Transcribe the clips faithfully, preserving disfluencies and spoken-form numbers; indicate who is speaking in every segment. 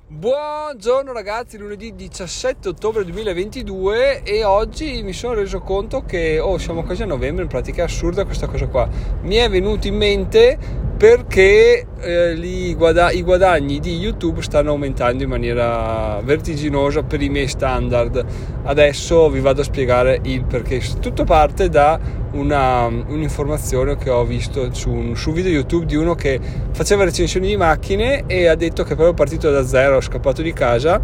Speaker 1: Buongiorno ragazzi, lunedì diciassette ottobre duemilaventidue e oggi mi sono reso conto che oh, siamo quasi a novembre, in pratica è assurda questa cosa qua. Mi è venuto in mente perché eh, i, guada- i guadagni di YouTube stanno aumentando in maniera vertiginosa per i miei standard. Adesso vi vado a spiegare il perché. Tutto parte da una, un'informazione che ho visto su un su video YouTube di uno che faceva recensioni di macchine e ha detto che è proprio partito da zero, è scappato di casa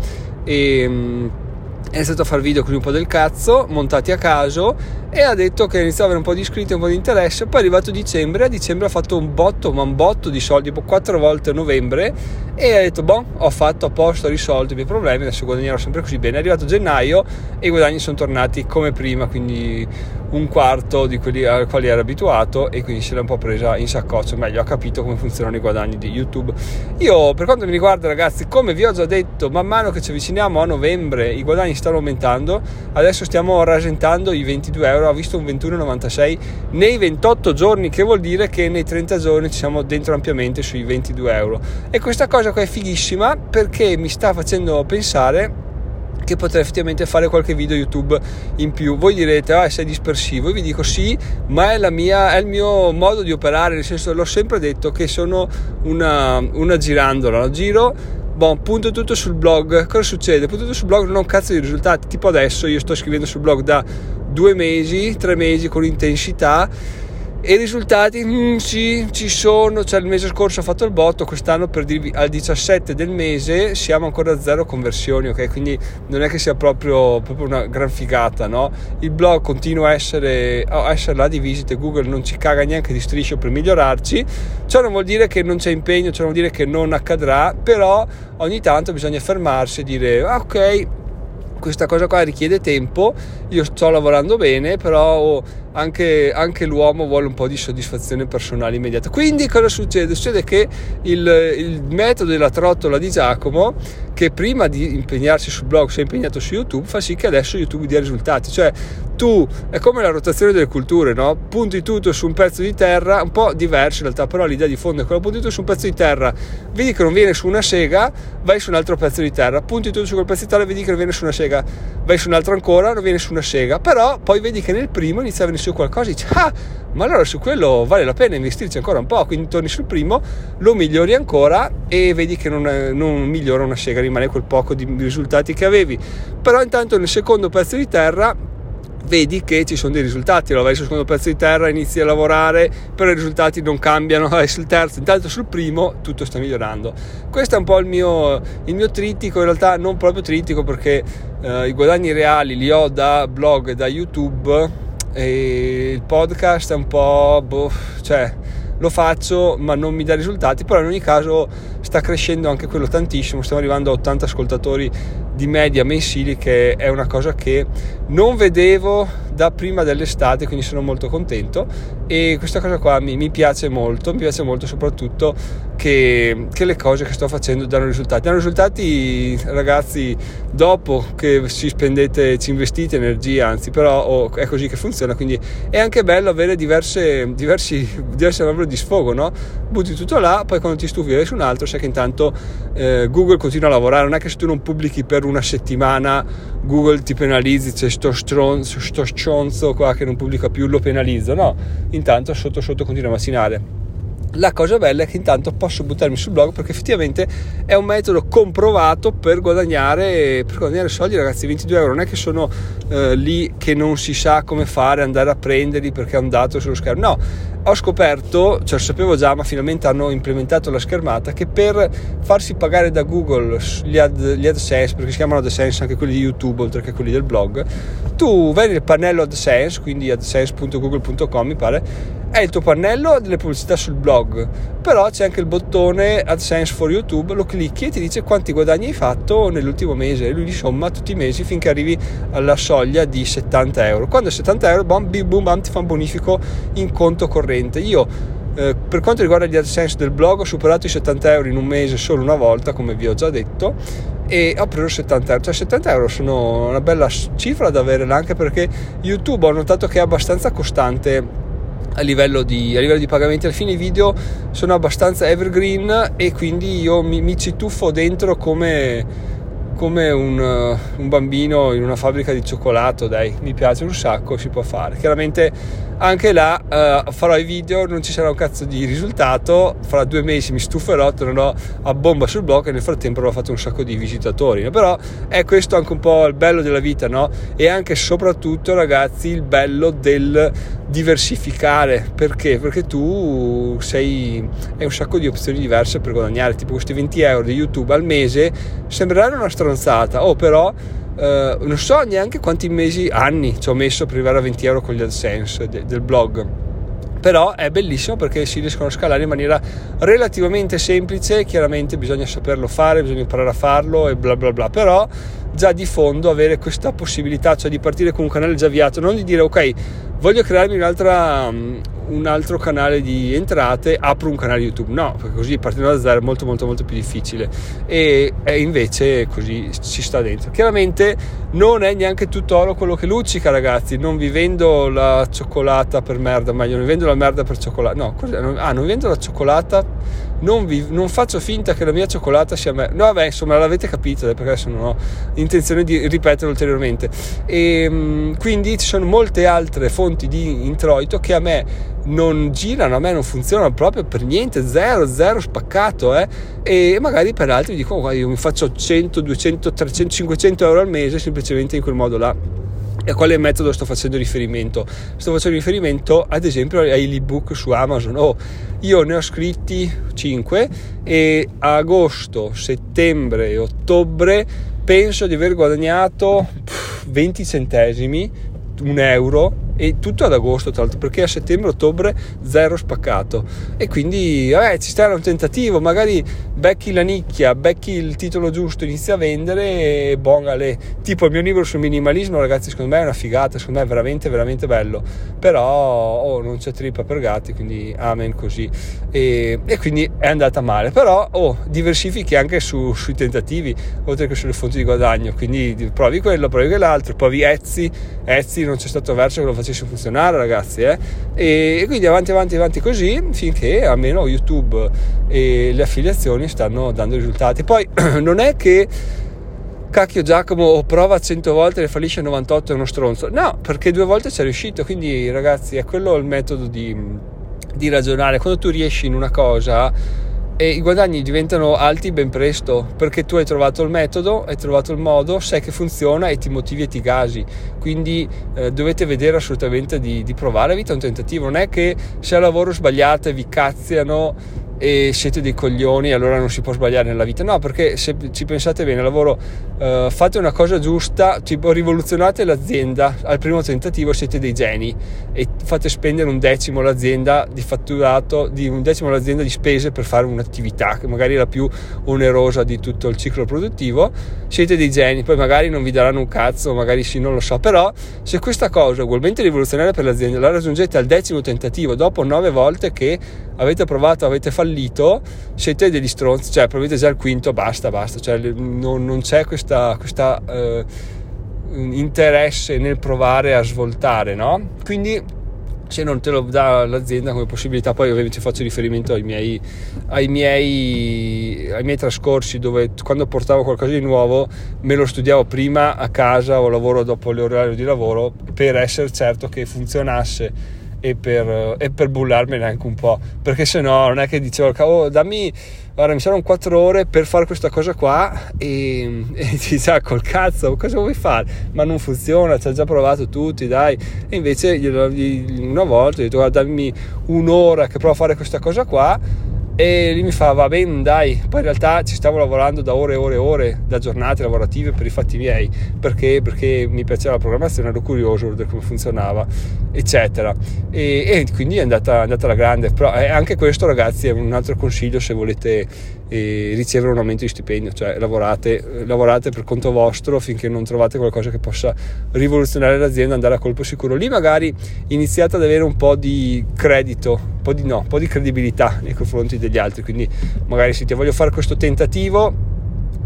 Speaker 1: e mh, è stato a fare video con un po' del cazzo montati a caso e ha detto che iniziava a avere un po' di iscritti, un po' di interesse. Poi è arrivato dicembre, a dicembre ha fatto un botto, ma un botto di soldi, tipo quattro volte a novembre, e ha detto boh, ho fatto a posto, ho risolto i miei problemi, adesso guadagnerò sempre così bene. È arrivato gennaio e i guadagni sono tornati come prima, quindi un quarto di quelli ai quali era abituato, e quindi se l'è un po' presa in saccoccia, meglio ha capito come funzionano i guadagni di YouTube. Io, per quanto mi riguarda ragazzi, come vi ho già detto, man mano che ci avviciniamo a novembre i guadagni stanno aumentando. Adesso stiamo rasentando i ventidue euro, ho visto un ventuno virgola novantasei nei ventotto giorni, che vuol dire che nei trenta giorni ci siamo dentro ampiamente sui ventidue euro, e questa cosa qua è fighissima perché mi sta facendo pensare che potrei effettivamente fare qualche video YouTube in più. Voi direte ah sei dispersivo, io vi dico sì, ma è la mia, è il mio modo di operare, nel senso, l'ho sempre detto che sono una, una girandola, la giro. Bon, punto tutto sul blog. Cosa succede? Punto tutto sul blog, non ho un cazzo di risultati. Tipo adesso io sto scrivendo sul blog da due mesi, tre mesi con intensità, e i risultati mm, sì, ci sono. Cioè il mese scorso ho fatto il botto, quest'anno per dirvi al diciassette del mese siamo ancora a zero conversioni, ok? Quindi non è che sia proprio, proprio una gran figata, no? Il blog continua a essere, a essere là di visite, Google non ci caga neanche di striscio per migliorarci. Ciò non vuol dire che non c'è impegno, ciò non vuol dire che non accadrà, però ogni tanto bisogna fermarsi e dire ah, ok, questa cosa qua richiede tempo, io sto lavorando bene, però anche, anche l'uomo vuole un po' di soddisfazione personale immediata. Quindi cosa succede? Succede che il, il metodo della trottola di Giacomo, che prima di impegnarsi sul blog si è impegnato su YouTube, fa sì che adesso YouTube dia risultati. Cioè tu, è come la rotazione delle culture, no? Punti tutto su un pezzo di terra, un po' diverso in realtà, però l'idea di fondo è quella: punti tutto su un pezzo di terra, vedi che non viene su una sega, vai su un altro pezzo di terra, punti tutto su quel pezzo di terra, vedi che non viene su una sega, vai su un altro ancora, non viene su una sega, però poi vedi che nel primo inizia a venire su qualcosa e dici ah, ma allora su quello vale la pena investirci ancora un po', quindi torni sul primo, lo migliori ancora e vedi che non, non migliora una sega, rimane quel poco di risultati che avevi. Però intanto nel secondo pezzo di terra vedi che ci sono dei risultati, allora vai sul secondo pezzo di terra, inizi a lavorare, però i risultati non cambiano, vai sul terzo, intanto sul primo tutto sta migliorando. Questo è un po' il mio, il mio trittico, in realtà non proprio trittico, perché eh, i guadagni reali li ho da blog e da YouTube, e il podcast è un po' boh, cioè lo faccio ma non mi dà risultati, però in ogni caso sta crescendo anche quello tantissimo, stiamo arrivando a ottanta ascoltatori di media mensili, che è una cosa che non vedevo da prima dell'estate, quindi sono molto contento, e questa cosa qua mi, mi piace molto, mi piace molto soprattutto che, che le cose che sto facendo danno risultati, danno risultati ragazzi dopo che ci spendete, ci investite energia, anzi, però oh, è così che funziona, quindi è anche bello avere diverse, diversi, diverse valori di sfogo, no? Butti tutto là, poi quando ti stufi vai su un altro, sai che intanto eh, Google continua a lavorare, non è che se tu non pubblichi per una settimana Google ti penalizzi, c'è sto stronzo, sto stronzo qua che non pubblica più, lo penalizzo, no, intanto sotto sotto continua a macinare. La cosa bella è che intanto posso buttarmi sul blog, perché effettivamente è un metodo comprovato per guadagnare, per guadagnare soldi ragazzi. Ventidue euro non è che sono eh, lì che non si sa come fare, andare a prenderli perché è un dato sullo schermo, no, ho scoperto, cioè lo sapevo già, ma finalmente hanno implementato la schermata, che per farsi pagare da Google gli, ad, gli AdSense, perché si chiamano AdSense anche quelli di YouTube oltre che quelli del blog, tu vai nel pannello AdSense, quindi adsense punto google punto com mi pare, è il tuo pannello delle pubblicità sul blog, però c'è anche il bottone AdSense for YouTube, lo clicchi e ti dice quanti guadagni hai fatto nell'ultimo mese, e lui li somma tutti i mesi finché arrivi alla soglia di settanta euro. Quando è settanta euro, bam, bim, bum, bam, ti fa un bonifico in conto corrente. Io eh, per quanto riguarda gli AdSense del blog ho superato i settanta euro in un mese solo una volta, come vi ho già detto, e ho preso settanta euro, cioè settanta euro sono una bella cifra da avere, anche perché YouTube ho notato che è abbastanza costante a livello di, a livello di pagamenti. Alla fine i video sono abbastanza evergreen e quindi io mi, mi ci tuffo dentro come come un, un bambino in una fabbrica di cioccolato, dai, mi piace un sacco, si può fare. Chiaramente anche là uh, farò i video, non ci sarà un cazzo di risultato, fra due mesi mi stuferò, tornerò a bomba sul blog e nel frattempo avrò fatto un sacco di visitatori, però è questo anche un po' il bello della vita, no? E anche soprattutto, ragazzi, il bello del diversificare. Perché? Perché tu sei hai un sacco di opzioni diverse per guadagnare, tipo questi venti euro di YouTube al mese sembreranno una stronzata, oh però Uh, non so neanche quanti mesi, anni ci ho messo per arrivare a venti euro con gli AdSense de- del blog, però è bellissimo perché si riescono a scalare in maniera relativamente semplice. Chiaramente bisogna saperlo fare, bisogna imparare a farlo e bla bla bla, però già di fondo avere questa possibilità, cioè di partire con un canale già avviato, non di dire ok, voglio crearmi un'altra um, un altro canale di entrate, apro un canale YouTube, no, perché così partendo da zero è molto molto molto più difficile, e, e invece così ci sta dentro. Chiaramente non è neanche tutto oro quello che luccica, ragazzi, non vi vendo la cioccolata per merda, meglio non vi vendo la merda per cioccolata, no, cos'è? ah non vi vendo la cioccolata, non, vi, non faccio finta che la mia cioccolata sia me- no vabbè, insomma l'avete capito, perché adesso non ho intenzione di ripeterlo ulteriormente. E quindi ci sono molte altre fonti di introito che a me non girano, a me non funzionano proprio per niente, zero, zero spaccato, eh? E magari per altri dico, oh, io mi faccio cento, duecento, trecento, cinquecento euro al mese semplicemente in quel modo là. E a quale metodo sto facendo riferimento? Sto facendo riferimento ad esempio agli ebook su Amazon. Oh, io ne ho scritti cinque e a agosto, settembre e ottobre penso di aver guadagnato pff, venti centesimi, un euro, e tutto ad agosto tra l'altro, perché a settembre-ottobre zero spaccato. E quindi vabbè, ci sta un tentativo, magari becchi la nicchia, becchi il titolo giusto, inizi a vendere e bongale. Tipo il mio libro sul minimalismo, ragazzi, secondo me è una figata, secondo me è veramente veramente bello, però oh, non c'è trippa per gatti, quindi amen così. E, e quindi è andata male, però oh, diversifichi anche su, sui tentativi oltre che sulle fonti di guadagno, quindi provi quello, provi quell'altro, provi Etsy Etsy non c'è stato verso che lo facessi funzionare, ragazzi, eh? E, e quindi avanti avanti avanti così finché almeno YouTube e le affiliazioni stanno dando risultati. Poi non è che cacchio Giacomo prova cento volte e ne fallisce novantotto, è uno stronzo, no, perché due volte ci è riuscito. Quindi ragazzi, è quello il metodo di, di ragionare. Quando tu riesci in una cosa e i guadagni diventano alti ben presto, perché tu hai trovato il metodo, hai trovato il modo, sai che funziona e ti motivi e ti gasi. Quindi eh, dovete vedere assolutamente di, di provare. La vita è un tentativo, non è che se al lavoro sbagliate vi cazziano e siete dei coglioni allora non si può sbagliare nella vita, no, perché se ci pensate bene al lavoro, eh, fate una cosa giusta, tipo rivoluzionate l'azienda al primo tentativo, siete dei geni e fate spendere un decimo l'azienda di fatturato, di un decimo l'azienda di spese per fare un'attività che magari è la più onerosa di tutto il ciclo produttivo, siete dei geni. Poi magari non vi daranno un cazzo, magari sì, non lo so, però se questa cosa ugualmente rivoluzionaria per l'azienda la raggiungete al decimo tentativo dopo nove volte che avete provato, avete fallito, siete degli stronzi, cioè provate già il quinto, basta, basta, cioè non, non c'è questa, questa eh, interesse nel provare a svoltare, no? Quindi se non te lo dà l'azienda come possibilità, poi ovviamente faccio riferimento ai miei, ai miei, ai miei trascorsi, dove quando portavo qualcosa di nuovo me lo studiavo prima a casa o lavoro dopo l'orario di lavoro per essere certo che funzionasse e per, e per bullarmene anche un po', perché se no non è che dicevo oh dammi, guarda mi servono quattro ore per fare questa cosa qua e, e ti sa col cazzo cosa vuoi fare, ma non funziona, ci ha già provato tutti, dai. E invece una volta ho detto guarda dammi un'ora che provo a fare questa cosa qua, e lui mi fa va bene dai. Poi in realtà ci stavo lavorando da ore e ore e ore, da giornate lavorative per i fatti miei, perché perché mi piaceva la programmazione, ero curioso di come funzionava eccetera, e, e quindi è andata, è andata alla grande. Però eh, anche questo, ragazzi, è un altro consiglio se volete eh, ricevere un aumento di stipendio, cioè lavorate, lavorate per conto vostro finché non trovate qualcosa che possa rivoluzionare l'azienda, andare a colpo sicuro. Lì magari iniziate ad avere un po' di credito, un po' di no, un po' di credibilità nei confronti degli altri, quindi magari se ti voglio fare questo tentativo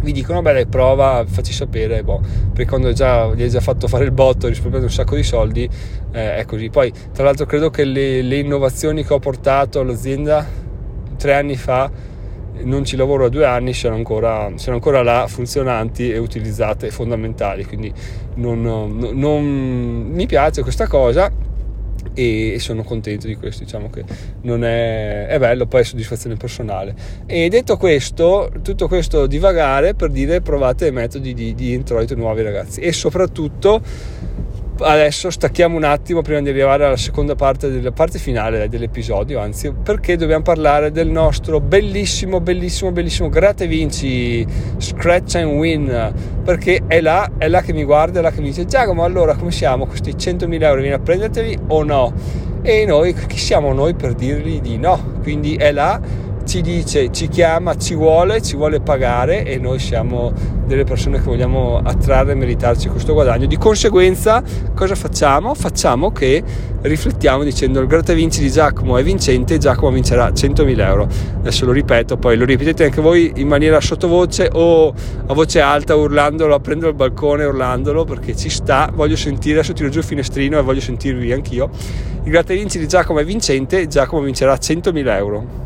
Speaker 1: vi dicono beh dai prova, facci sapere, boh, perché quando già gli hai già fatto fare il botto, risparmiato un sacco di soldi, eh, è così. Poi tra l'altro credo che le, le innovazioni che ho portato all'azienda tre anni fa, non ci lavoro da due anni, siano ancora, siano ancora là, funzionanti e utilizzate, fondamentali, quindi non, non, non mi piace questa cosa e sono contento di questo. Diciamo che non è, è bello, poi è soddisfazione personale. E detto questo, tutto questo divagare per dire provate metodi di, di introito nuovi, ragazzi, e soprattutto adesso stacchiamo un attimo prima di arrivare alla seconda parte, della parte finale dell'episodio, anzi, perché dobbiamo parlare del nostro bellissimo bellissimo bellissimo gratta e vinci Scratch and Win, perché è là, è là che mi guarda, è là che mi dice Giacomo, allora come siamo, questi centomila euro vieni a prenderteli o no? E noi, chi siamo noi per dirgli di no? Quindi è là, ci dice, ci chiama, ci vuole, ci vuole pagare, e noi siamo delle persone che vogliamo attrarre e meritarci questo guadagno. Di conseguenza cosa facciamo? Facciamo che riflettiamo dicendo il gratta e vinci di Giacomo è vincente, Giacomo vincerà centomila euro. Adesso lo ripeto, poi lo ripetete anche voi in maniera sottovoce o a voce alta, urlandolo, aprendo il balcone, urlandolo, perché ci sta, voglio sentire, adesso tiro giù il finestrino e voglio sentirvi anch'io. Il gratta e vinci di Giacomo è vincente, Giacomo vincerà centomila euro.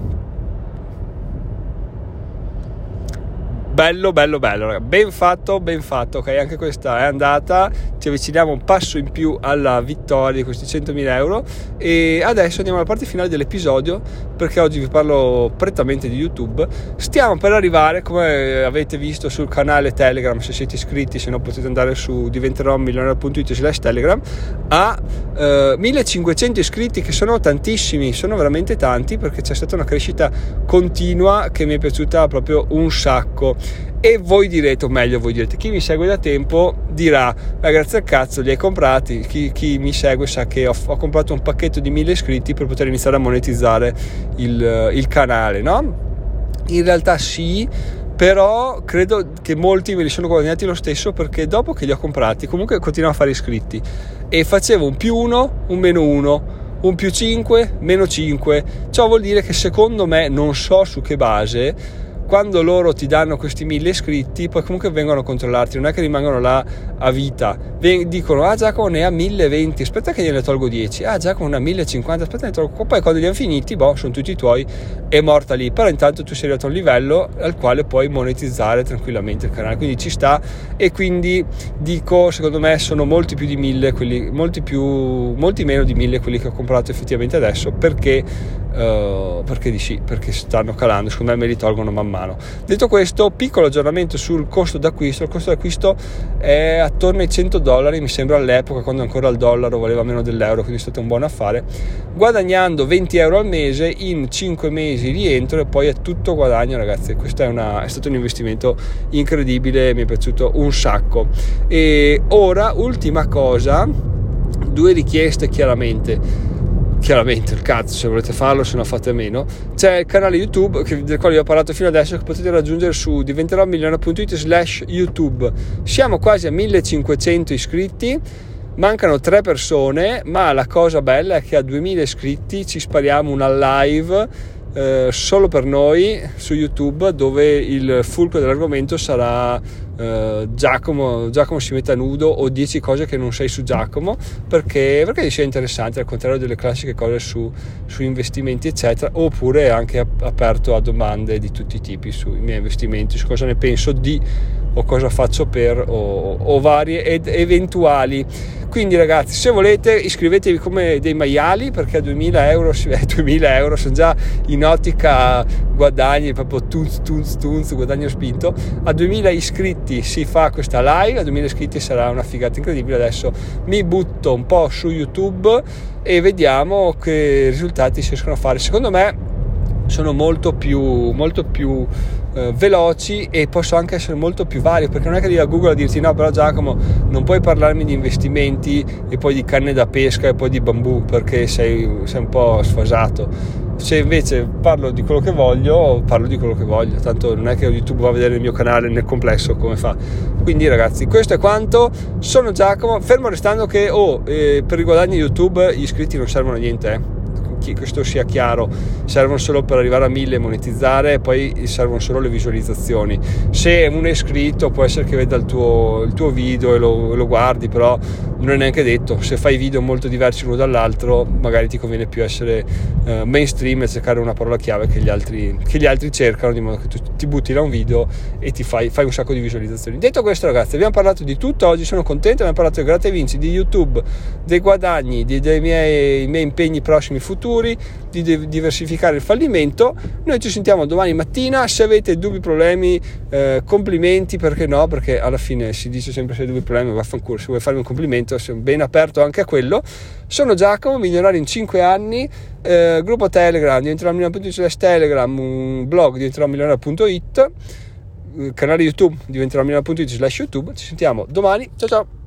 Speaker 1: Bello, bello, bello, raga. Ben fatto, ben fatto, ok, anche questa è andata, ci avviciniamo un passo in più alla vittoria di questi centomila euro. E adesso andiamo alla parte finale dell'episodio, perché oggi vi parlo prettamente di YouTube. Stiamo per arrivare, come avete visto sul canale Telegram, se siete iscritti, se no potete andare su diventerò milionario punto it slash telegram, a eh, millecinquecento iscritti, che sono tantissimi, sono veramente tanti, perché c'è stata una crescita continua che mi è piaciuta proprio un sacco. E voi direte, o meglio voi direte, chi mi segue da tempo dirà eh, grazie al cazzo li hai comprati. Chi, chi mi segue sa che ho, ho comprato un pacchetto di mille iscritti per poter iniziare a monetizzare il, il canale, no? In realtà sì, però credo che molti me li sono guadagnati lo stesso, perché dopo che li ho comprati comunque continuavo a fare iscritti e facevo un più uno, un meno uno, un più cinque, meno cinque. Ciò vuol dire che secondo me, non so su che base, quando loro ti danno questi mille iscritti, poi comunque vengono a controllarti, non è che rimangono là a vita. Ven- dicono ah Giacomo ne ha mille venti, aspetta che gliene tolgo dieci, ah Giacomo ne ha mille cinquanta, aspetta ne tolgo, poi quando li hanno finiti, boh, sono tutti tuoi, è morta lì. Però intanto tu sei arrivato a un livello al quale puoi monetizzare tranquillamente il canale, quindi ci sta. E quindi dico, secondo me sono molti più di mille quelli, molti più, molti meno di mille quelli che ho comprato effettivamente adesso, perché uh, perché di sì, perché stanno calando, secondo me me li tolgono man mano. Detto questo, piccolo aggiornamento sul costo d'acquisto. Il costo d'acquisto è attorno ai cento dollari, mi sembra, all'epoca, quando ancora il dollaro valeva meno dell'euro, quindi è stato un buon affare. Guadagnando venti euro al mese, in cinque mesi rientro e poi è tutto guadagno, ragazzi. Questo è, una, è stato un investimento incredibile, mi è piaciuto un sacco. E ora, ultima cosa, due richieste chiaramente. Chiaramente il cazzo, se volete farlo, se no fate a meno. C'è il canale YouTube che, del quale vi ho parlato fino adesso, che potete raggiungere su diventerò milionario punto it slash YouTube. Siamo quasi a millecinquecento iscritti, mancano tre persone, ma la cosa bella è che a duemila iscritti ci spariamo una live eh, solo per noi su YouTube, dove il fulcro dell'argomento sarà eh, Giacomo, Giacomo si mette a nudo, o dieci cose che non sai su Giacomo, perché, perché sia interessante, al contrario delle classiche cose su, su investimenti eccetera, oppure anche aperto a domande di tutti i tipi sui miei investimenti, su cosa ne penso di, o cosa faccio per, o, o varie ed eventuali. Quindi ragazzi, se volete iscrivetevi come dei maiali, perché a duemila euro, eh, duemila euro sono già in ottica guadagni, proprio tunz tunz tunz, guadagno spinto. A duemila iscritti si fa questa live, a duemila iscritti sarà una figata incredibile. Adesso mi butto un po' su YouTube e vediamo che risultati si riescono a fare. Secondo me sono molto più molto più eh, veloci, e posso anche essere molto più vario, perché non è che devi a Google a dirti no però Giacomo non puoi parlarmi di investimenti e poi di canne da pesca e poi di bambù, perché sei, sei un po' sfasato. Se invece parlo di quello che voglio, parlo di quello che voglio, tanto non è che YouTube va a vedere il mio canale nel complesso come fa. Quindi ragazzi, questo è quanto. Sono Giacomo, fermo restando che oh, eh, per i guadagni YouTube gli iscritti non servono a niente, eh. questo sia chiaro, servono solo per arrivare a mille e monetizzare, e poi servono solo le visualizzazioni. Se uno è iscritto può essere che veda il tuo, il tuo video e lo, lo guardi, però non è neanche detto. Se fai video molto diversi l'uno dall'altro, magari ti conviene più essere uh, mainstream e cercare una parola chiave che gli altri, che gli altri cercano, di modo che tu ti butti da un video e ti fai, fai un sacco di visualizzazioni. Detto questo, ragazzi, abbiamo parlato di tutto oggi, sono contento, abbiamo parlato di gratta e vinci, di YouTube, dei guadagni, di, dei miei, miei impegni prossimi futuri, di, di diversificare il fallimento. Noi ci sentiamo domani mattina. Se avete dubbi, problemi, eh, complimenti, perché no, perché alla fine si dice sempre se hai dubbi, problemi, vaffanculo, se vuoi farmi un complimento sono ben aperto anche a quello. Sono Giacomo, milionario in cinque anni, eh, gruppo Telegram, diventerò milionario punto it slash telegram, un blog, diventerò milionario punto it, canale YouTube, diventerò milionario punto it slash youtube. Ci sentiamo domani, ciao ciao.